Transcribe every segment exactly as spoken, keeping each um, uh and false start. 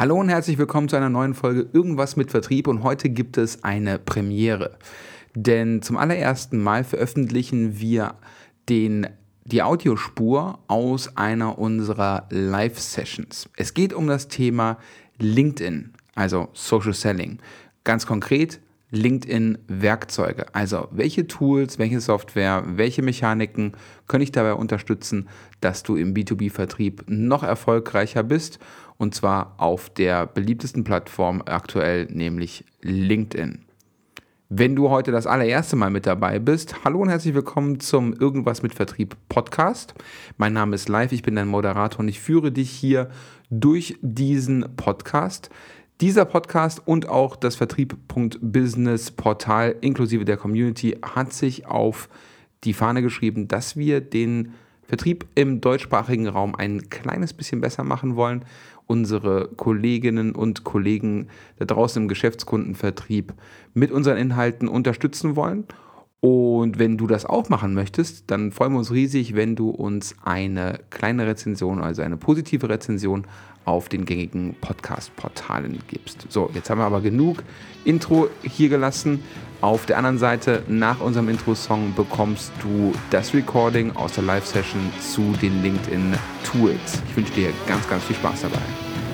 Hallo und herzlich willkommen zu einer neuen Folge Irgendwas mit Vertrieb und heute gibt es eine Premiere. Denn zum allerersten Mal veröffentlichen wir den, die Audiospur aus einer unserer Live-Sessions. Es geht um das Thema LinkedIn, also Social Selling. Ganz konkret LinkedIn-Werkzeuge. Also welche Tools, welche Software, welche Mechaniken können dich dabei unterstützen, dass du im B zwei B-Vertrieb noch erfolgreicher bist und zwar auf der beliebtesten Plattform aktuell, nämlich LinkedIn. Wenn du heute das allererste Mal mit dabei bist, hallo und herzlich willkommen zum Irgendwas mit Vertrieb Podcast. Mein Name ist Live, ich bin dein Moderator und ich führe dich hier durch diesen Podcast. Dieser Podcast und auch das Vertrieb.business Portal inklusive der Community hat sich auf die Fahne geschrieben, dass wir den Vertrieb im deutschsprachigen Raum ein kleines bisschen besser machen wollen, unsere Kolleginnen und Kollegen da draußen im Geschäftskundenvertrieb mit unseren Inhalten unterstützen wollen. Und wenn du das auch machen möchtest, dann freuen wir uns riesig, wenn du uns eine kleine Rezension, also eine positive Rezension auf den gängigen Podcast-Portalen gibst. So, jetzt haben wir aber genug Intro hier gelassen. Auf der anderen Seite, nach unserem Intro-Song, bekommst du das Recording aus der Live-Session zu den LinkedIn-Tools. Ich wünsche dir ganz, ganz viel Spaß dabei.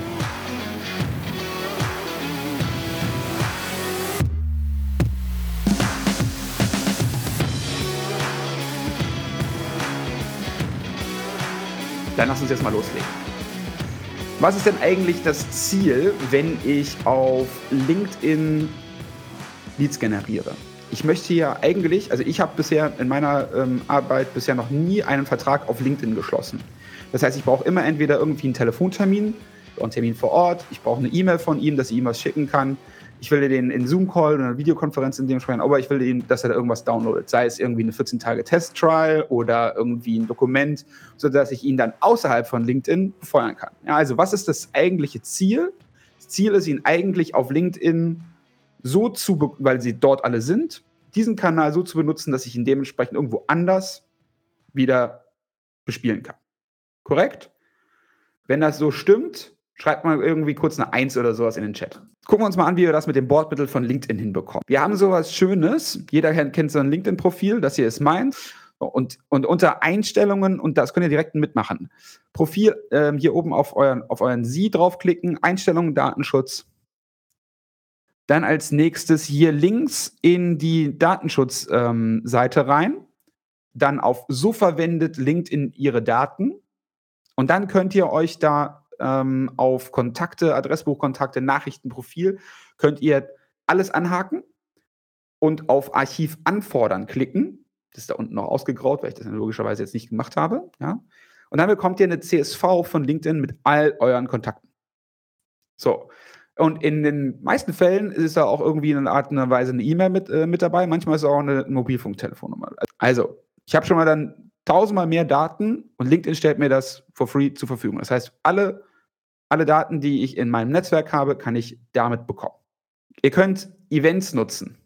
Dann lass uns jetzt mal loslegen. Was ist denn eigentlich das Ziel, wenn ich auf LinkedIn Leads generiere? Ich möchte ja eigentlich, also ich habe bisher in meiner ähm, Arbeit bisher noch nie einen Vertrag auf LinkedIn geschlossen. Das heißt, ich brauche immer entweder irgendwie einen Telefontermin, einen Termin vor Ort, ich brauche eine E-Mail von ihm, dass ich ihm was schicken kann. Ich will den in Zoom-Call oder eine Videokonferenz in dem sprechen, aber ich will ihn, dass er da irgendwas downloadet. Sei es irgendwie eine vierzehn Tage Test-Trial oder irgendwie ein Dokument, sodass ich ihn dann außerhalb von LinkedIn befeuern kann. Ja, also was ist das eigentliche Ziel? Das Ziel ist, ihn eigentlich auf LinkedIn so zu, be- weil sie dort alle sind, diesen Kanal so zu benutzen, dass ich ihn dementsprechend irgendwo anders wieder bespielen kann. Korrekt? Wenn das so stimmt, schreibt mal irgendwie kurz eine Eins oder sowas in den Chat. Gucken wir uns mal an, wie wir das mit dem Bordmittel von LinkedIn hinbekommen. Wir haben sowas Schönes. Jeder kennt so ein LinkedIn-Profil. Das hier ist meins. Und, und unter Einstellungen, und das könnt ihr direkt mitmachen. Profil, ähm, hier oben auf euren, auf euren Sie draufklicken. Einstellungen, Datenschutz. Dann als nächstes hier links in die Datenschutzseite ähm, rein. Dann auf So verwendet LinkedIn Ihre Daten. Und dann könnt ihr euch da ähm, auf Kontakte, Adressbuchkontakte, Nachrichtenprofil, könnt ihr alles anhaken und auf Archiv anfordern klicken. Das ist da unten noch ausgegraut, weil ich das logischerweise jetzt nicht gemacht habe. Ja? Und dann bekommt ihr eine C S V von LinkedIn mit all euren Kontakten. So. Und in den meisten Fällen ist da auch irgendwie in einer Art und Weise eine E-Mail mit, äh, mit dabei. Manchmal ist auch eine Mobilfunktelefonnummer. Also, ich habe schon mal dann tausendmal mehr Daten und LinkedIn stellt mir das for free zur Verfügung. Das heißt, alle, alle Daten, die ich in meinem Netzwerk habe, kann ich damit bekommen. Ihr könnt Events nutzen.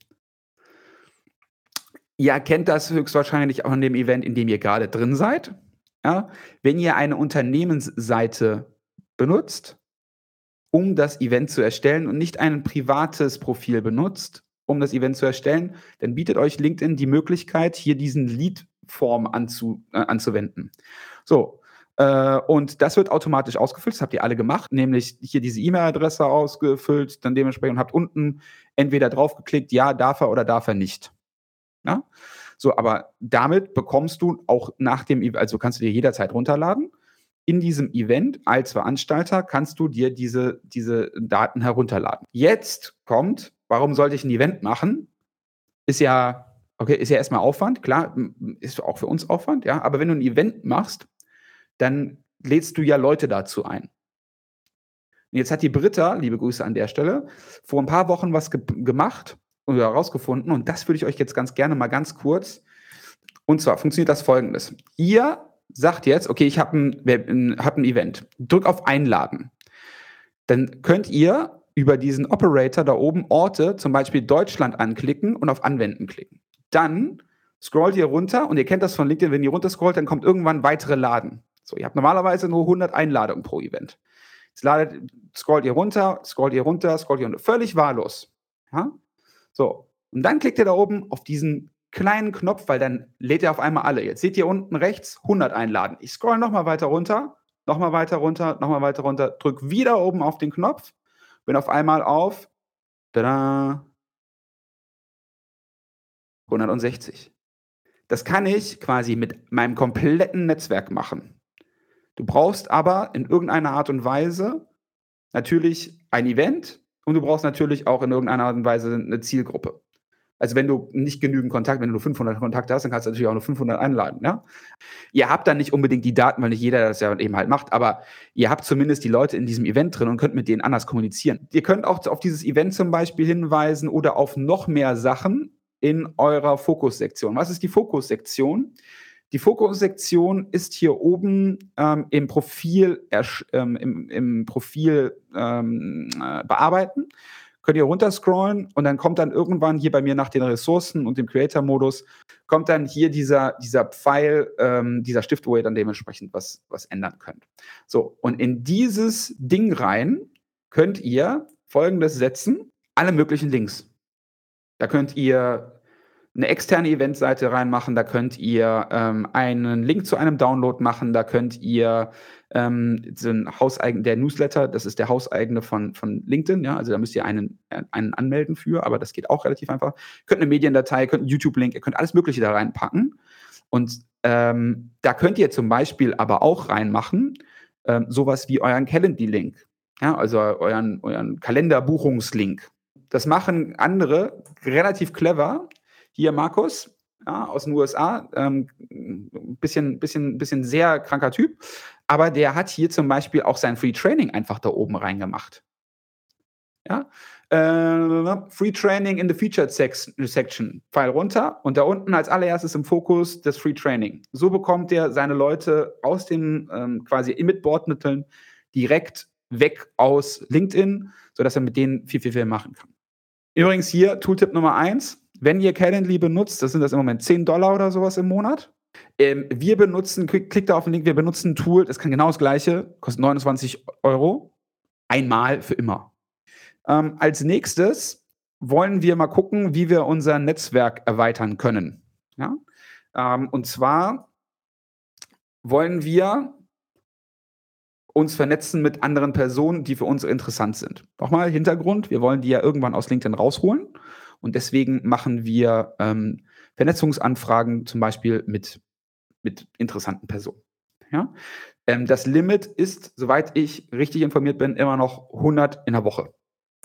Ihr erkennt das höchstwahrscheinlich auch in dem Event, in dem ihr gerade drin seid. Ja? Wenn ihr eine Unternehmensseite benutzt, um das Event zu erstellen und nicht ein privates Profil benutzt, um das Event zu erstellen, dann bietet euch LinkedIn die Möglichkeit, hier diesen Lead-Form anzu, äh, anzuwenden. So, äh, und das wird automatisch ausgefüllt, das habt ihr alle gemacht, nämlich hier diese E-Mail-Adresse ausgefüllt, dann dementsprechend habt unten entweder draufgeklickt, ja, darf er oder darf er nicht. Ja? So, aber damit bekommst du auch nach dem, E- also kannst du dir jederzeit runterladen. In diesem Event als Veranstalter kannst du dir diese, diese Daten herunterladen. Jetzt kommt, warum sollte ich ein Event machen? Ist ja, okay, ist ja erstmal Aufwand, klar, m- ist auch für uns Aufwand, ja, aber wenn du ein Event machst, dann lädst du ja Leute dazu ein. Und jetzt hat die Britta, liebe Grüße an der Stelle, vor ein paar Wochen was ge gemacht oder herausgefunden und das würde ich euch jetzt ganz gerne mal ganz kurz. Und zwar funktioniert das folgendes. Ihr sagt jetzt, okay, ich habe ein, ein, hab ein Event. Drück auf Einladen. Dann könnt ihr über diesen Operator da oben Orte, zum Beispiel Deutschland, anklicken und auf Anwenden klicken. Dann scrollt ihr runter und ihr kennt das von LinkedIn, wenn ihr runter scrollt, dann kommt irgendwann weitere Laden. So, ihr habt normalerweise nur hundert Einladungen pro Event. Jetzt ladet, scrollt ihr runter, scrollt ihr runter, scrollt ihr runter. Völlig wahllos. Ja? So. Und dann klickt ihr da oben auf diesen kleinen Knopf, weil dann lädt er auf einmal alle. Jetzt seht ihr unten rechts hundert einladen. Ich scroll nochmal weiter runter, nochmal weiter runter, nochmal weiter runter, drück wieder oben auf den Knopf, bin auf einmal auf tada, hundertsechzig. Das kann ich quasi mit meinem kompletten Netzwerk machen. Du brauchst aber in irgendeiner Art und Weise natürlich ein Event und du brauchst natürlich auch in irgendeiner Art und Weise eine Zielgruppe. Also wenn du nicht genügend Kontakt, wenn du nur fünfhundert Kontakte hast, dann kannst du natürlich auch nur fünfhundert einladen. Ja? Ihr habt dann nicht unbedingt die Daten, weil nicht jeder das ja eben halt macht, aber ihr habt zumindest die Leute in diesem Event drin und könnt mit denen anders kommunizieren. Ihr könnt auch auf dieses Event zum Beispiel hinweisen oder auf noch mehr Sachen in eurer Fokussektion. Was ist die Fokussektion? Die Fokussektion ist hier oben ähm, im Profil, ähm, im, im Profil ähm, äh, bearbeiten. Könnt ihr runterscrollen und dann kommt dann irgendwann hier bei mir nach den Ressourcen und dem Creator-Modus, kommt dann hier dieser, dieser Pfeil, ähm, dieser Stift, wo ihr dann dementsprechend was, was ändern könnt. So, und in dieses Ding rein könnt ihr Folgendes setzen, alle möglichen Links. Da könnt ihr eine externe Eventseite reinmachen, da könnt ihr ähm, einen Link zu einem Download machen, da könnt ihr ähm, so ein hauseigen, der Newsletter, das ist der hauseigene von, von LinkedIn, ja, also da müsst ihr einen, äh, einen anmelden für, aber das geht auch relativ einfach. Ihr könnt eine Mediendatei, ihr könnt einen YouTube-Link, ihr könnt alles Mögliche da reinpacken und ähm, da könnt ihr zum Beispiel aber auch reinmachen, ähm, sowas wie euren Calendly-Link, ja, also euren, euren Kalenderbuchungslink. Das machen andere relativ clever. Hier Markus, ja, aus den U S A, ähm, bisschen, bisschen, bisschen sehr kranker Typ, aber der hat hier zum Beispiel auch sein Free Training einfach da oben reingemacht. Ja? Äh, Free Training in the Featured Section, Pfeil runter und da unten als allererstes im Fokus das Free Training. So bekommt er seine Leute aus den ähm, quasi Emit-Board-Mitteln direkt weg aus LinkedIn, sodass er mit denen viel, viel, viel machen kann. Übrigens hier Tooltip Nummer eins. Wenn ihr Calendly benutzt, das sind das im Moment zehn Dollar oder sowas im Monat. Ähm, wir benutzen, klick, klickt da auf den Link, wir benutzen ein Tool, das kann genau das gleiche, kostet neunundzwanzig Euro. Einmal für immer. Ähm, als nächstes wollen wir mal gucken, wie wir unser Netzwerk erweitern können. Ja? Ähm, und zwar wollen wir uns vernetzen mit anderen Personen, die für uns interessant sind. Nochmal Hintergrund, wir wollen die ja irgendwann aus LinkedIn rausholen und deswegen machen wir ähm, Vernetzungsanfragen zum Beispiel mit, mit interessanten Personen. Ja? Ähm, das Limit ist, soweit ich richtig informiert bin, immer noch hundert in der Woche.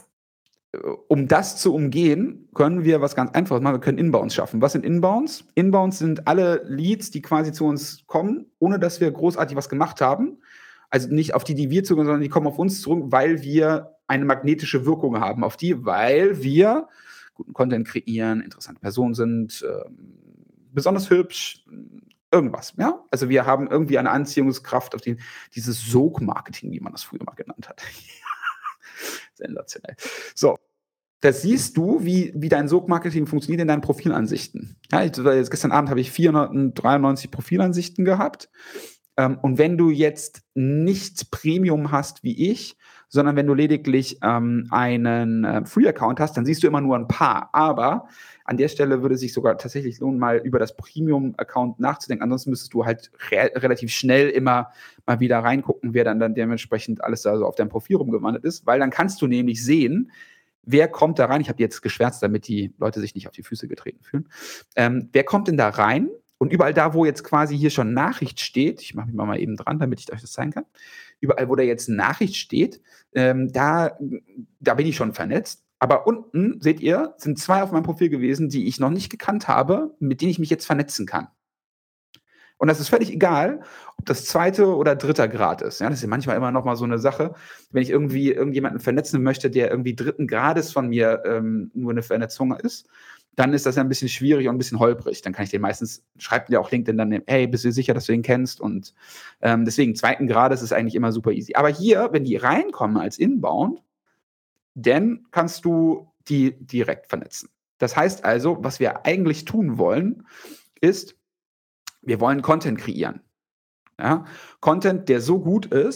Um das zu umgehen, können wir was ganz Einfaches machen. Wir können Inbounds schaffen. Was sind Inbounds? Inbounds sind alle Leads, die quasi zu uns kommen, ohne dass wir großartig was gemacht haben. Also nicht auf die, die wir zugehen, sondern die kommen auf uns zurück, weil wir eine magnetische Wirkung haben auf die, weil wir guten Content kreieren, interessante Personen sind, äh, besonders hübsch, irgendwas. Ja? Also wir haben irgendwie eine Anziehungskraft auf die, dieses Sog-Marketing, wie man das früher mal genannt hat. Sensationell. So, das siehst du, wie, wie dein Sog-Marketing funktioniert in deinen Profilansichten. Ja, ich, jetzt gestern Abend habe ich vierhundertdreiundneunzig Profilansichten gehabt. Ähm, und wenn du jetzt nicht Premium hast wie ich, sondern wenn du lediglich ähm, einen äh, Free-Account hast, dann siehst du immer nur ein paar. Aber an der Stelle würde es sich sogar tatsächlich lohnen, mal über das Premium-Account nachzudenken. Ansonsten müsstest du halt re- relativ schnell immer mal wieder reingucken, wer dann, dann dementsprechend alles da so auf deinem Profil rumgewandert ist, weil dann kannst du nämlich sehen, wer kommt da rein. Ich habe jetzt geschwärzt, damit die Leute sich nicht auf die Füße getreten fühlen. Ähm, wer kommt denn da rein? Und überall da, wo jetzt quasi hier schon Nachricht steht, ich mache mich mal eben dran, damit ich euch das zeigen kann, überall, wo da jetzt Nachricht steht, ähm, da, da bin ich schon vernetzt. Aber unten, seht ihr, sind zwei auf meinem Profil gewesen, die ich noch nicht gekannt habe, mit denen ich mich jetzt vernetzen kann. Und das ist völlig egal, ob das zweite oder dritter Grad ist. Ja, das ist ja manchmal immer noch mal so eine Sache, wenn ich irgendwie irgendjemanden vernetzen möchte, der irgendwie dritten Grades von mir ähm, nur eine Vernetzung ist, dann ist das ja ein bisschen schwierig und ein bisschen holprig. Dann kann ich den meistens, schreibt mir auch LinkedIn dann, hey, bist du sicher, dass du den kennst? Und ähm, deswegen, zweiten Grades ist eigentlich immer super easy. Aber hier, wenn die reinkommen als Inbound, dann kannst du die direkt vernetzen. Das heißt also, was wir eigentlich tun wollen, ist, wir wollen Content kreieren. Ja? Content, der so gut ist,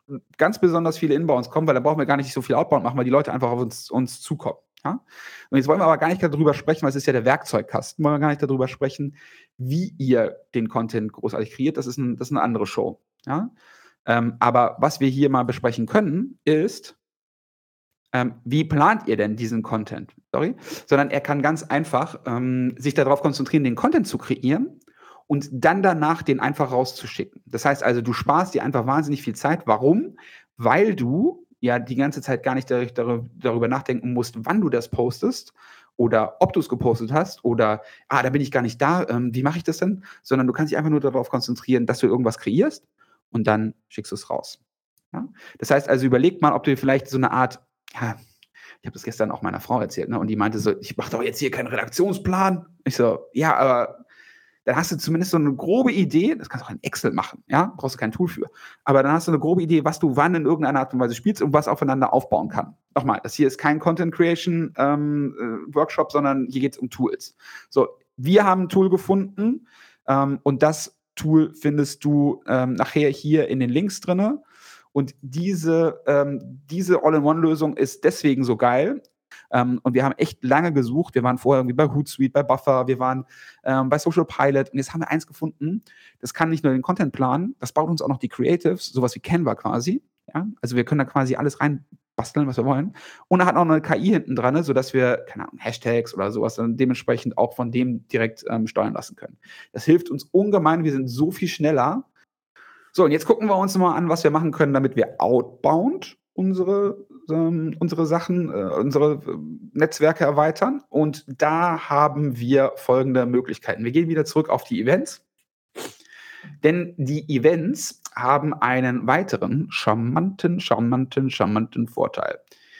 ganz besonders viele Inbounds kommen, weil da brauchen wir gar nicht so viel Outbound machen, weil die Leute einfach auf uns, uns zukommen. Ja? Und jetzt wollen wir aber gar nicht darüber sprechen, weil es ist ja der Werkzeugkasten, wollen wir gar nicht darüber sprechen, wie ihr den Content großartig kreiert. Das ist, ein, das ist eine andere Show. Ja? Ähm, aber was wir hier mal besprechen können, ist, ähm, wie plant ihr denn diesen Content? Sorry. Sondern er kann ganz einfach ähm, sich darauf konzentrieren, den Content zu kreieren und dann danach den einfach rauszuschicken. Das heißt also, du sparst dir einfach wahnsinnig viel Zeit. Warum? Weil du ja die ganze Zeit gar nicht dar- dar- darüber nachdenken musst, wann du das postest oder ob du es gepostet hast oder, ah, da bin ich gar nicht da, ähm, wie mache ich das denn? Sondern du kannst dich einfach nur darauf konzentrieren, dass du irgendwas kreierst und dann schickst du es raus. Ja? Das heißt also, überleg mal, ob du vielleicht so eine Art, ja, ich habe das gestern auch meiner Frau erzählt, ne? Und die meinte so, ich mache doch jetzt hier keinen Redaktionsplan. Ich so, ja, aber dann hast du zumindest so eine grobe Idee, das kannst du auch in Excel machen, ja, brauchst du kein Tool für. Aber dann hast du eine grobe Idee, was du wann in irgendeiner Art und Weise spielst und was aufeinander aufbauen kann. Nochmal, das hier ist kein Content Creation ähm, äh, Workshop, sondern hier geht es um Tools. So, wir haben ein Tool gefunden ähm, und das Tool findest du ähm, nachher hier in den Links drinne. Und diese, ähm, diese All-in-One-Lösung ist deswegen so geil. Ähm, und wir haben echt lange gesucht. Wir waren vorher irgendwie bei Hootsuite, bei Buffer, wir waren ähm, bei Social Pilot. Und jetzt haben wir eins gefunden, das kann nicht nur den Content planen, das baut uns auch noch die Creatives, sowas wie Canva quasi. Ja? Also wir können da quasi alles reinbasteln, was wir wollen. Und er hat auch eine K I hinten dran, sodass wir, keine Ahnung, Hashtags oder sowas dann dementsprechend auch von dem direkt ähm, steuern lassen können. Das hilft uns ungemein. Wir sind so viel schneller. So, und jetzt gucken wir uns mal an, was wir machen können, damit wir outbound unsere, ähm, unsere Sachen, äh, unsere äh, Netzwerke erweitern. Und da haben wir folgende Möglichkeiten. Wir gehen wieder zurück auf die Events. Denn die Events haben einen weiteren charmanten, charmanten, charmanten Vorteil.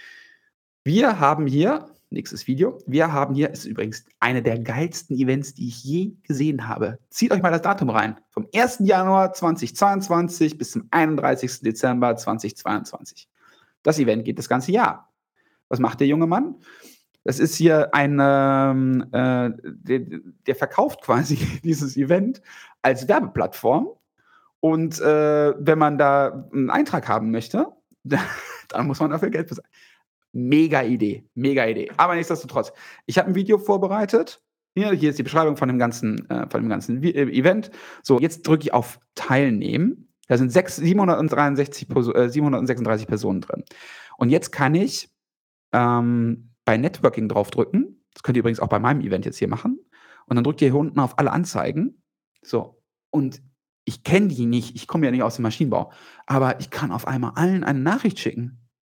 Wir haben hier, nächstes Video, wir haben hier, ist übrigens eine der geilsten Events, die ich je gesehen habe. Zieht euch mal das Datum rein. Vom ersten Januar zweitausendzweiundzwanzig bis zum einunddreißigsten Dezember zweitausendzweiundzwanzig. Das Event geht das ganze Jahr. Was macht der junge Mann? Das ist hier ein, ähm, äh, der, der verkauft quasi dieses Event als Werbeplattform. Und äh, wenn man da einen Eintrag haben möchte, dann muss man dafür Geld bezahlen. Mega Idee, mega Idee. Aber nichtsdestotrotz, ich habe ein Video vorbereitet. Hier, hier ist die Beschreibung von dem ganzen, äh, von dem ganzen Vi- äh, Event. So, jetzt drücke ich auf Teilnehmen. Da sind sechs, siebenhundertdreiundsechzig, Perso- äh, siebenhundertsechsunddreißig Personen drin. Und jetzt kann ich ähm, bei Networking draufdrücken. Das könnt ihr übrigens auch bei meinem Event jetzt hier machen. Und dann drückt ihr hier unten auf alle Anzeigen. So, und ich kenne die nicht, ich komme ja nicht aus dem Maschinenbau, aber ich kann auf einmal allen eine Nachricht schicken.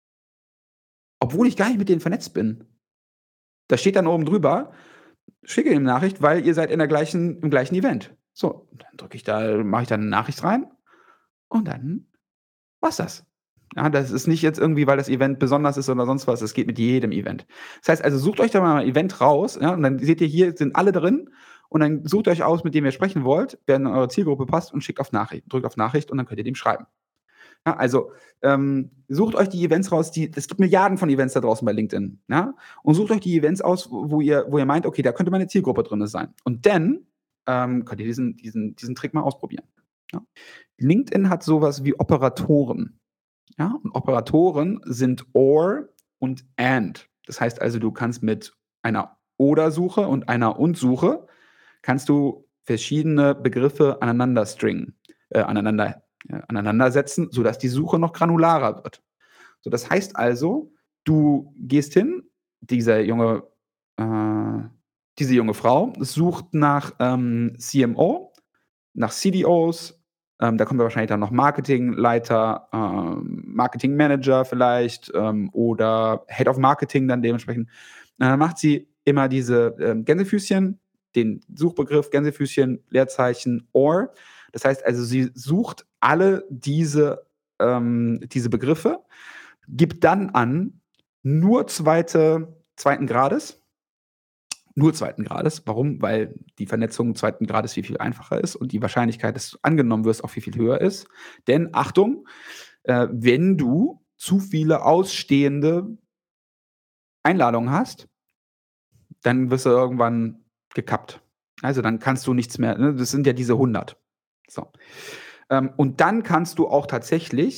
Obwohl ich gar nicht mit denen vernetzt bin. Da steht dann oben drüber, schicke ihm eine Nachricht, weil ihr seid in der gleichen, im gleichen Event. So, dann drücke ich da, mache ich da eine Nachricht rein und dann war's das. Ja, das ist nicht jetzt irgendwie, weil das Event besonders ist oder sonst was. Das geht mit jedem Event. Das heißt also, sucht euch da mal ein Event raus, ja, und dann seht ihr hier, sind alle drin. Und dann sucht euch aus, mit dem ihr sprechen wollt, wer in eure Zielgruppe passt und schickt auf Nachricht, drückt auf Nachricht und dann könnt ihr dem schreiben. Ja, also ähm, sucht euch die Events raus, die, es gibt Milliarden von Events da draußen bei LinkedIn, ja, und sucht euch die Events aus, wo wo ihr, wo ihr meint, okay, da könnte meine Zielgruppe drin sein. Und dann ähm, könnt ihr diesen, diesen, diesen Trick mal ausprobieren. Ja. LinkedIn hat sowas wie Operatoren. Ja, und Operatoren sind or und and. Das heißt also, du kannst mit einer Oder-Suche und einer Und-Suche kannst du verschiedene Begriffe aneinander stringen, äh, aneinander, äh, aneinandersetzen, sodass die Suche noch granularer wird. So, das heißt also, du gehst hin, dieser junge, äh, diese junge Frau sucht nach ähm, C M O, nach C D Os, ähm, da kommen wir wahrscheinlich dann noch Marketingleiter, ähm, Marketingmanager vielleicht ähm, oder Head of Marketing dann dementsprechend. Und dann macht sie immer diese ähm, Gänsefüßchen, den Suchbegriff Gänsefüßchen, Leerzeichen, or. Das heißt also, sie sucht alle diese, ähm, diese Begriffe, gibt dann an, nur zweite, zweiten Grades, nur zweiten Grades. Warum? Weil die Vernetzung zweiten Grades viel, viel einfacher ist und die Wahrscheinlichkeit, dass du angenommen wirst, auch viel, viel höher ist. Denn Achtung, äh, wenn du zu viele ausstehende Einladungen hast, dann wirst du irgendwann gekappt. Also dann kannst du nichts mehr, ne? Das sind ja diese hundert. So. Ähm, und dann kannst du auch tatsächlich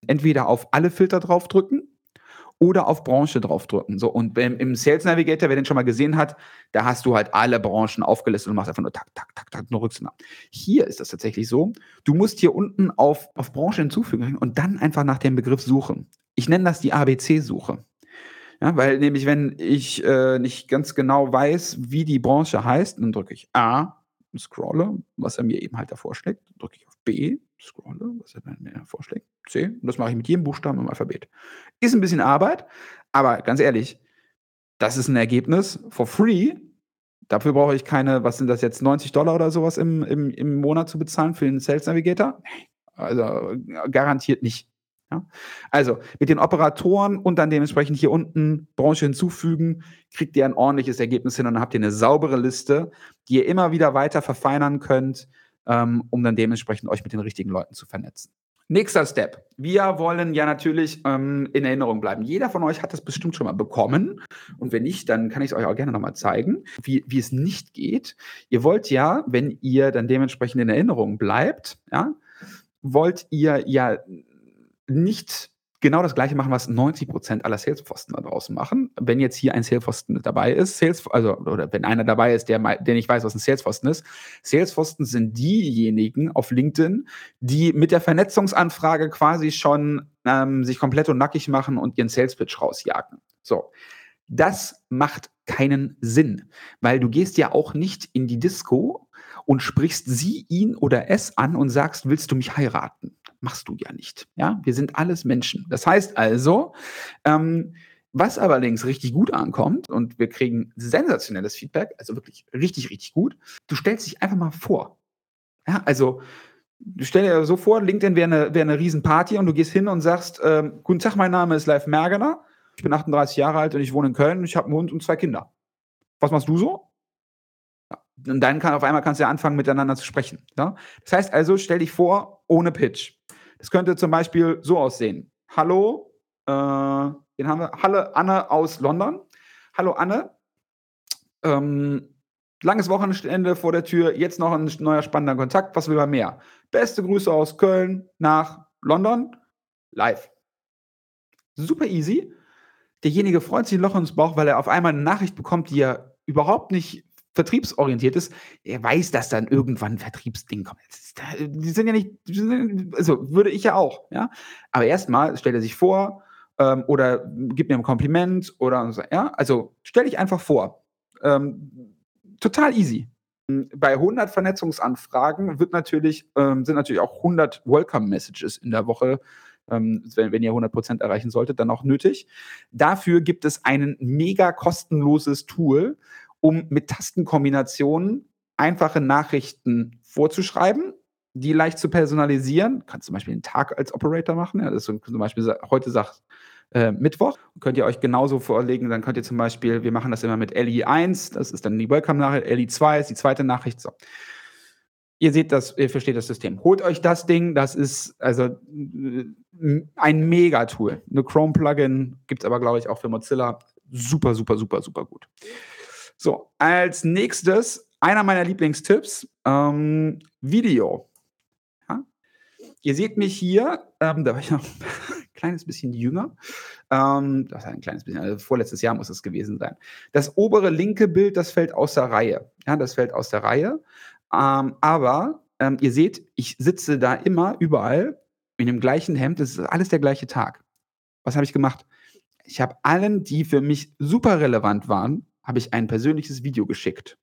entweder auf alle Filter draufdrücken oder auf Branche draufdrücken. So, und im, im Sales Navigator, wer den schon mal gesehen hat, da hast du halt alle Branchen aufgelistet und machst einfach nur tak, tak, tak, tak, nur rückst du nach. Hier ist das tatsächlich so. Du musst hier unten auf, auf Branche hinzufügen und dann einfach nach dem Begriff suchen. Ich nenne das die A B C-Suche. Ja, weil nämlich, wenn ich äh, nicht ganz genau weiß, wie die Branche heißt, dann drücke ich A, scrolle, was er mir eben halt da vorschlägt, drücke ich auf B, scrolle, was er mir vorschlägt, C, und das mache ich mit jedem Buchstaben im Alphabet. Ist ein bisschen Arbeit, aber ganz ehrlich, das ist ein Ergebnis for free. Dafür brauche ich keine, was sind das jetzt, neunzig Dollar oder sowas im, im, im Monat zu bezahlen für den Sales Navigator? Nee, also äh, garantiert nicht. Ja? Also mit den Operatoren und dann dementsprechend hier unten Branche hinzufügen, kriegt ihr ein ordentliches Ergebnis hin und dann habt ihr eine saubere Liste, die ihr immer wieder weiter verfeinern könnt, ähm, um dann dementsprechend euch mit den richtigen Leuten zu vernetzen. Nächster Step. Wir wollen ja natürlich ähm, in Erinnerung bleiben. Jeder von euch hat das bestimmt schon mal bekommen. Und wenn nicht, dann kann ich es euch auch gerne nochmal zeigen, wie, wie es nicht geht. Ihr wollt ja, wenn ihr dann dementsprechend in Erinnerung bleibt, ja, wollt ihr ja nicht genau das Gleiche machen, was neunzig Prozent aller Salesposten da draußen machen. Wenn jetzt hier ein Salesposten dabei ist, Sales, also, oder wenn einer dabei ist, der, der nicht weiß, was ein Salesposten ist. Salesposten sind diejenigen auf LinkedIn, die mit der Vernetzungsanfrage quasi schon ähm, sich komplett und nackig machen und ihren Salespitch rausjagen. So. Das macht keinen Sinn, weil du gehst ja auch nicht in die Disco und sprichst sie, ihn oder es an und sagst, willst du mich heiraten? Machst du ja nicht. Ja, wir sind alles Menschen. Das heißt also, ähm, was allerdings richtig gut ankommt und wir kriegen sensationelles Feedback, also wirklich richtig, richtig gut, du stellst dich einfach mal vor. Ja, also du stell dir so vor, LinkedIn wäre eine, wär eine Riesenparty und du gehst hin und sagst, ähm, guten Tag, mein Name ist Leif Mergener, ich bin achtunddreißig Jahre alt und ich wohne in Köln und ich habe einen Hund und zwei Kinder. Was machst du so? Und dann kann auf einmal kannst du ja anfangen, miteinander zu sprechen. Ja? Das heißt also, stell dich vor, ohne Pitch. Das könnte zum Beispiel so aussehen. Hallo, äh, den haben wir. Hallo, Anne aus London. Hallo, Anne. Ähm, langes Wochenende vor der Tür, jetzt noch ein neuer spannender Kontakt. Was will man mehr? Beste Grüße aus Köln nach London. Live. Super easy. Derjenige freut sich ein Loch ins Bauch, weil er auf einmal eine Nachricht bekommt, die ja überhaupt nicht vertriebsorientiert ist. Er weiß, dass dann irgendwann ein Vertriebsding kommt. Die sind ja nicht, also würde ich ja auch, ja. Aber erstmal stellt er sich vor ähm, oder gibt mir ein Kompliment oder so, ja. Also stell dich einfach vor. Ähm, total easy. Bei hundert Vernetzungsanfragen wird natürlich, ähm, sind natürlich auch hundert Welcome-Messages in der Woche, ähm, wenn, wenn ihr hundert Prozent erreichen solltet, dann auch nötig. Dafür gibt es ein mega kostenloses Tool, um mit Tastenkombinationen einfache Nachrichten vorzuschreiben, die leicht zu personalisieren. Du kannst zum Beispiel einen Tag als Operator machen. Ja, das ist so, zum Beispiel heute sagt äh, Mittwoch. Könnt ihr euch genauso vorlegen. Dann könnt ihr zum Beispiel, wir machen das immer mit L I eins, das ist dann die Welcome-Nachricht, L I zwei ist die zweite Nachricht. So. Ihr seht das, ihr versteht das System. Holt euch das Ding, das ist also ein Mega-Tool. Eine Chrome-Plugin gibt es aber, glaube ich, auch für Mozilla. Super, super, super, super gut. So, als nächstes, einer meiner Lieblingstipps, ähm, Video. Ja? Ihr seht mich hier, ähm, da war ich noch ein kleines bisschen jünger. Ähm, das ist ein kleines bisschen, also vorletztes Jahr muss es gewesen sein. Das obere linke Bild, das fällt aus der Reihe. Ja, das fällt aus der Reihe. Ähm, aber ähm, ihr seht, ich sitze da immer, überall, in dem gleichen Hemd. Das ist alles der gleiche Tag. Was habe ich gemacht? Ich habe allen, die für mich super relevant waren, habe ich ein persönliches Video geschickt.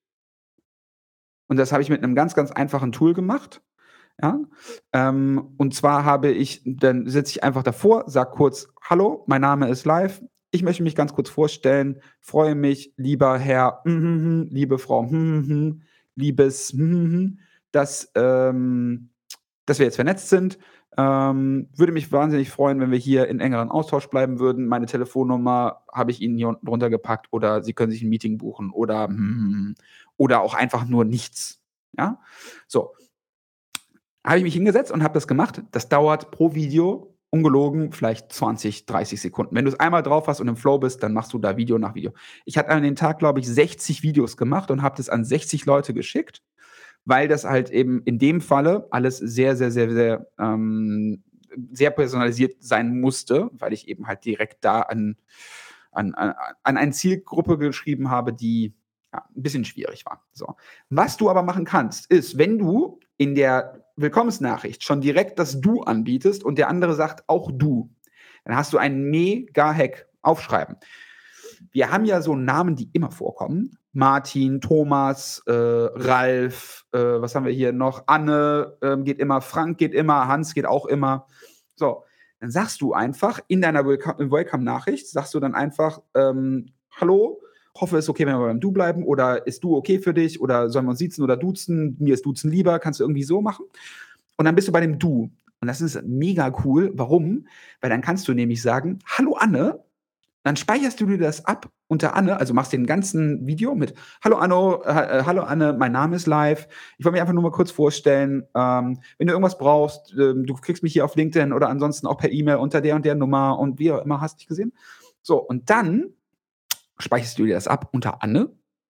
Und das habe ich mit einem ganz, ganz einfachen Tool gemacht. Ja? Ähm, und zwar habe ich, dann sitze ich einfach davor, sage kurz, hallo, mein Name ist Live, ich möchte mich ganz kurz vorstellen, freue mich, lieber Herr, mm, liebe Frau, mm, liebes, mm, dass, ähm, dass wir jetzt vernetzt sind. Ähm, würde mich wahnsinnig freuen, wenn wir hier in engeren Austausch bleiben würden. Meine Telefonnummer habe ich Ihnen hier unten drunter gepackt oder Sie können sich ein Meeting buchen oder, mm, oder auch einfach nur nichts. Ja, so. Habe ich mich hingesetzt und habe das gemacht. Das dauert pro Video, ungelogen, vielleicht zwanzig, dreißig Sekunden. Wenn du es einmal drauf hast und im Flow bist, dann machst du da Video nach Video. Ich hatte an dem Tag, glaube ich, sechzig Videos gemacht und habe das an sechzig Leute geschickt, weil das halt eben in dem Falle alles sehr, sehr, sehr, sehr ähm, sehr personalisiert sein musste, weil ich eben halt direkt da an, an, an, an eine Zielgruppe geschrieben habe, die ja, ein bisschen schwierig war. So. Was du aber machen kannst, ist, wenn du in der Willkommensnachricht schon direkt das Du anbietest und der andere sagt auch Du, dann hast du einen Mega-Hack. Aufschreiben. Wir haben ja so Namen, die immer vorkommen. Martin, Thomas, äh, Ralf, äh, was haben wir hier noch? Anne äh, geht immer, Frank geht immer, Hans geht auch immer. So, dann sagst du einfach in deiner Welcome-Nachricht, sagst du dann einfach, ähm, hallo, hoffe, es ist okay, wenn wir beim Du bleiben, oder ist Du okay für dich, oder sollen wir uns siezen oder duzen? Mir ist Duzen lieber, kannst du irgendwie so machen. Und dann bist du bei dem Du. Und das ist mega cool. Warum? Weil dann kannst du nämlich sagen, hallo Anne, dann speicherst du dir das ab unter Anne, also machst den ganzen Video mit Hallo Anno, äh, hallo Anne, mein Name ist live. Ich wollte mich einfach nur mal kurz vorstellen. Ähm, wenn du irgendwas brauchst, äh, du kriegst mich hier auf LinkedIn oder ansonsten auch per E-Mail unter der und der Nummer und wie auch immer, hast dich gesehen. So, und dann speicherst du dir das ab unter Anne.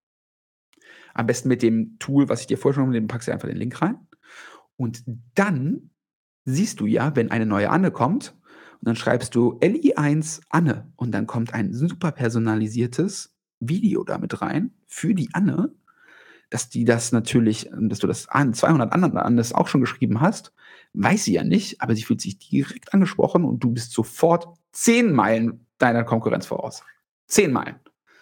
Am besten mit dem Tool, was ich dir vorher schon habe, dem packst du einfach den Link rein. Und dann siehst du ja, wenn eine neue Anne kommt, und dann schreibst du L I eins Anne und dann kommt ein super personalisiertes Video damit rein für die Anne, dass die das natürlich, dass du das an zweihundert anderen Annes auch schon geschrieben hast, weiß sie ja nicht, aber sie fühlt sich direkt angesprochen und du bist sofort zehn Meilen deiner Konkurrenz voraus. Zehn Meilen.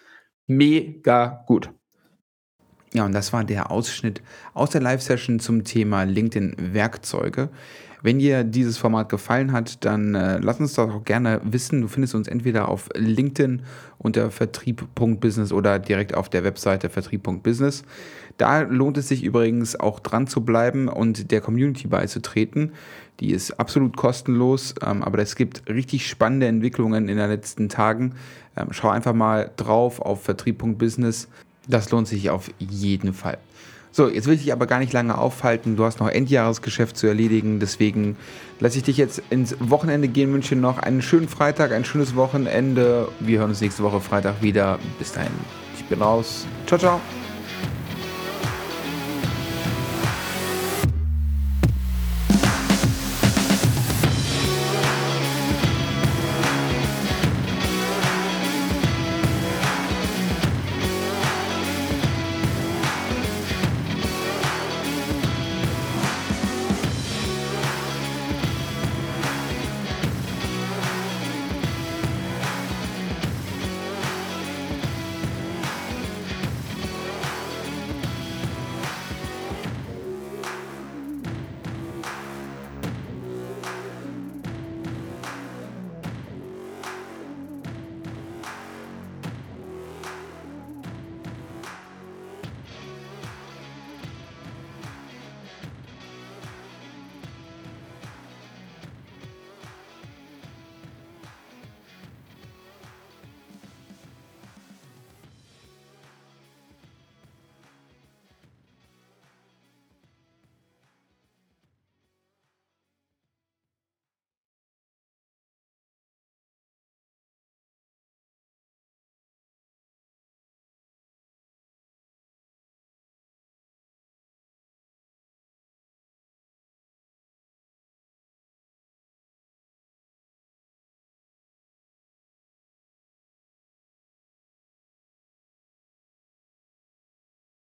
Mega gut. Ja, und das war der Ausschnitt aus der Live-Session zum Thema LinkedIn-Werkzeuge. Wenn dir dieses Format gefallen hat, dann äh, lass uns doch auch gerne wissen. Du findest uns entweder auf LinkedIn unter vertrieb punkt business oder direkt auf der Webseite vertrieb punkt business. Da lohnt es sich übrigens auch dran zu bleiben und der Community beizutreten. Die ist absolut kostenlos, ähm, aber es gibt richtig spannende Entwicklungen in den letzten Tagen. Ähm, schau einfach mal drauf auf vertrieb punkt business. Das lohnt sich auf jeden Fall. So, jetzt will ich dich aber gar nicht lange aufhalten. Du hast noch Endjahresgeschäft zu erledigen. Deswegen lasse ich dich jetzt ins Wochenende gehen. Wünsche dir noch einen schönen Freitag, ein schönes Wochenende. Wir hören uns nächste Woche Freitag wieder. Bis dahin, ich bin raus. Ciao, ciao.